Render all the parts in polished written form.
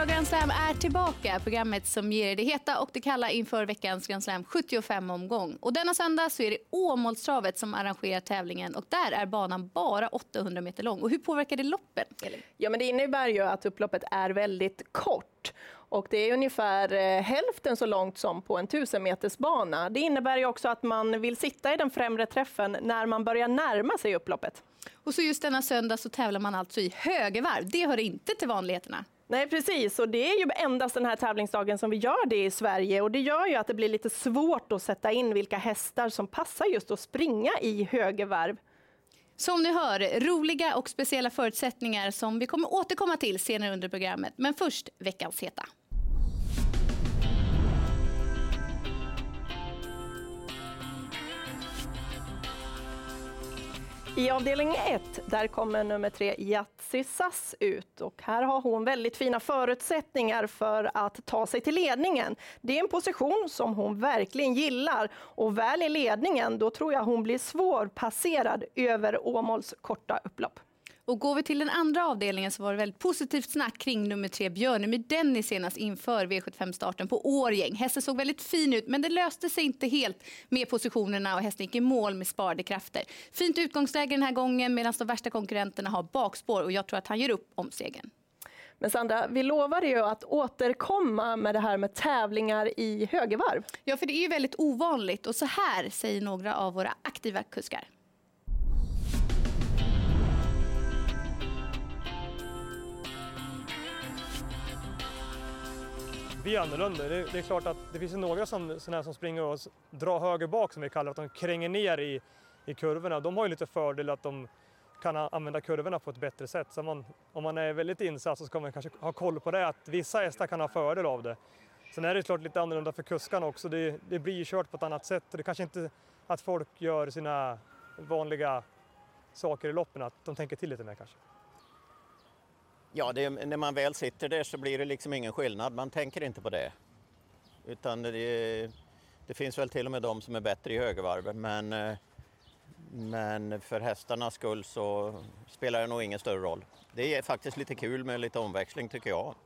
TV4 Grand Slam är tillbaka. Programmet som ger det heta och det kalla inför veckans Grand Slam 75-omgång. Och denna söndag så är det Åmålstravet som arrangerar tävlingen. Och där är banan bara 800 meter lång. Och hur påverkar det loppen, Elin? Ja, men det innebär ju att upploppet är väldigt kort. Och det är ungefär hälften så långt som på en 1000 meters bana. Det innebär ju också att man vill sitta i den främre träffen när man börjar närma sig upploppet. Och så just denna söndag så tävlar man alltså i högervarv. Det hör inte till vanligheterna. Nej, precis. Och det är ju endast den här tävlingsdagen som vi gör det i Sverige. Och det gör ju att det blir lite svårt att sätta in vilka hästar som passar just att springa i högervarv. Som ni hör, roliga och speciella förutsättningar som vi kommer återkomma till senare under programmet. Men först veckans heta. I avdelning 1 där kommer nummer 3 Yatzy Sass ut och här har hon väldigt fina förutsättningar för att ta sig till ledningen. Det är en position som hon verkligen gillar och väl i ledningen då tror jag hon blir svårpasserad över Åmåls korta upplopp. Och går vi till den andra avdelningen så var det väldigt positivt snack kring nummer 3 Björnemy Dennis senast inför V75-starten på Årgäng. Hästen såg väldigt fin ut men det löste sig inte helt med positionerna och hästen gick i mål med sparade krafter. Fint utgångsläge den här gången medan de värsta konkurrenterna har bakspår och jag tror att han ger upp om segern. Men Sandra, vi lovade ju att återkomma med det här med tävlingar i högervarv. Ja, för det är ju väldigt ovanligt och så här säger några av våra aktiva kuskar. Vi är annorlunda. Det är klart att det finns några som springer och drar höger bak som vi kallar att de kränger ner i kurvorna. De har ju lite fördel att de kan använda kurvorna på ett bättre sätt. Så om man är väldigt insatt så ska man kanske ha koll på det att vissa hästar kan ha fördel av det. Sen är det klart lite annorlunda för kuskarna också. Det blir ju kört på ett annat sätt. Det är kanske inte att folk gör sina vanliga saker i loppen, att de tänker till lite mer kanske. Ja, när man väl sitter där så blir det liksom ingen skillnad. Man tänker inte på det. Utan det finns väl till och med de som är bättre i högervarv. Men för hästarnas skull så spelar det nog ingen större roll. Det är faktiskt lite kul med lite omväxling tycker jag.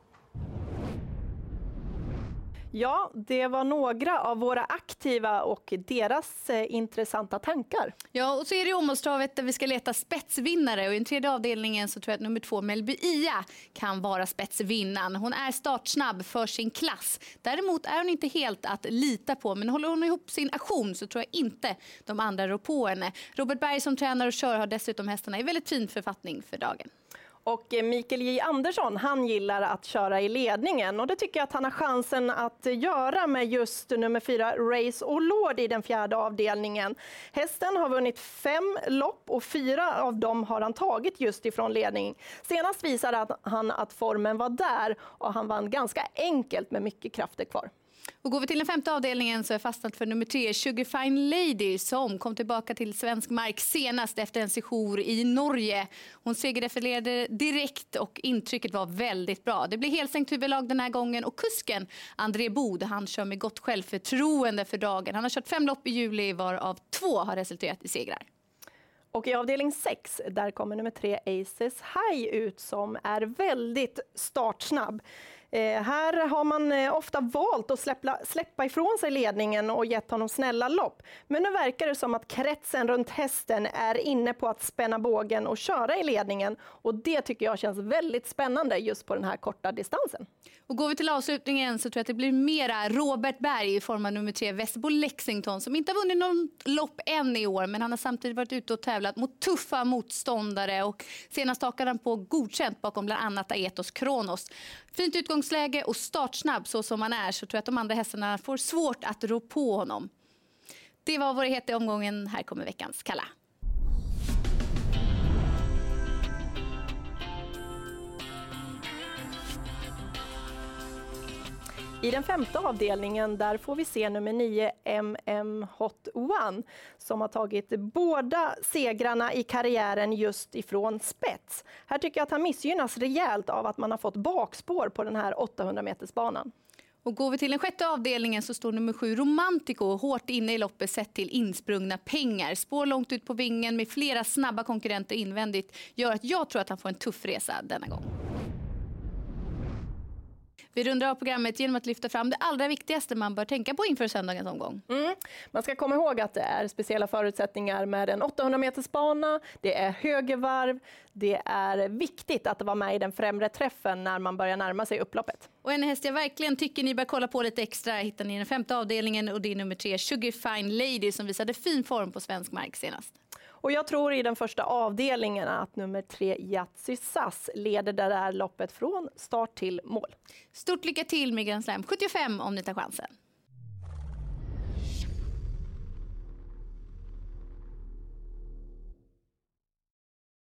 Ja, det var några av våra aktiva och deras intressanta tankar. Ja, och så är det Åmålstravet där vi ska leta spetsvinnare och i den tredje avdelningen så tror jag att nummer 2 Melby Ia kan vara spetsvinnaren. Hon är startsnabb för sin klass. Däremot är hon inte helt att lita på, men håller hon ihop sin aktion så tror jag inte de andra rår på henne. Robert Berg som tränar och kör har dessutom hästarna i väldigt fin författning för dagen. Och Mikael J. Andersson, han gillar att köra i ledningen och det tycker jag att han har chansen att göra med just nummer 4 Race och Lord i den fjärde avdelningen. Hästen har vunnit 5 lopp och 4 av dem har han tagit just ifrån ledning. Senast visade han att formen var där och han vann ganska enkelt med mycket krafter kvar. Och går vi till den femte avdelningen så är fastnat för nummer 3 Sugar Fine Lady som kom tillbaka till svensk mark senast efter en sejour i Norge. Hon segerdefilerade direkt och intrycket var väldigt bra. Det blir helstängt huvudlag den här gången och kusken André Bod, han kör med gott självförtroende för dagen. Han har kört 5 lopp i juli varav 2 har resulterat i segrar. Och i avdelning 6 där kommer nummer 3 Aces High ut som är väldigt startsnabb. Här har man ofta valt att släppa ifrån sig ledningen och gett honom snälla lopp. Men nu verkar det som att kretsen runt hästen är inne på att spänna bågen och köra i ledningen. Och det tycker jag känns väldigt spännande just på den här korta distansen. Och går vi till avslutningen så tror jag att det blir mera Robert Berg i form av nummer 3 Västerbo Lexington som inte har vunnit någon lopp än i år, men han har samtidigt varit ute och tävlat mot tuffa motståndare och senast hakade han på godkänt bakom bland annat Aetos Kronos. Fint utgångsläge och startsnabb så som han är så tror jag att de andra hästarna får svårt att rå på honom. Det var vår heta omgången. Här kommer veckans kalla. I den femte avdelningen där får vi se nummer 9 MM Hot One som har tagit båda segrarna i karriären just ifrån spets. Här tycker jag att han missgynnas rejält av att man har fått bakspår på den här 800 meters banan. Och går vi till den sjätte avdelningen så står nummer 7 Romantico hårt inne i loppet sett till insprungna pengar. Spår långt ut på vingen med flera snabba konkurrenter invändigt gör att jag tror att han får en tuff resa denna gång. Vi rundar av programmet genom att lyfta fram det allra viktigaste man bör tänka på inför söndagens omgång. Man ska komma ihåg att det är speciella förutsättningar med en 800 meters bana, det är högervarv, det är viktigt att vara med i den främre träffen när man börjar närma sig upploppet. Och en häst jag verkligen tycker ni bör kolla på lite extra hittar ni i den 5:e avdelningen och det är nummer 3 Sugar Fine Lady som visade fin form på svensk mark senast. Och jag tror i den första avdelningen att nummer 3 Yatzy Sass leder det där loppet från start till mål. Stort lycka till med Grand Slam 75 om ni tar chansen.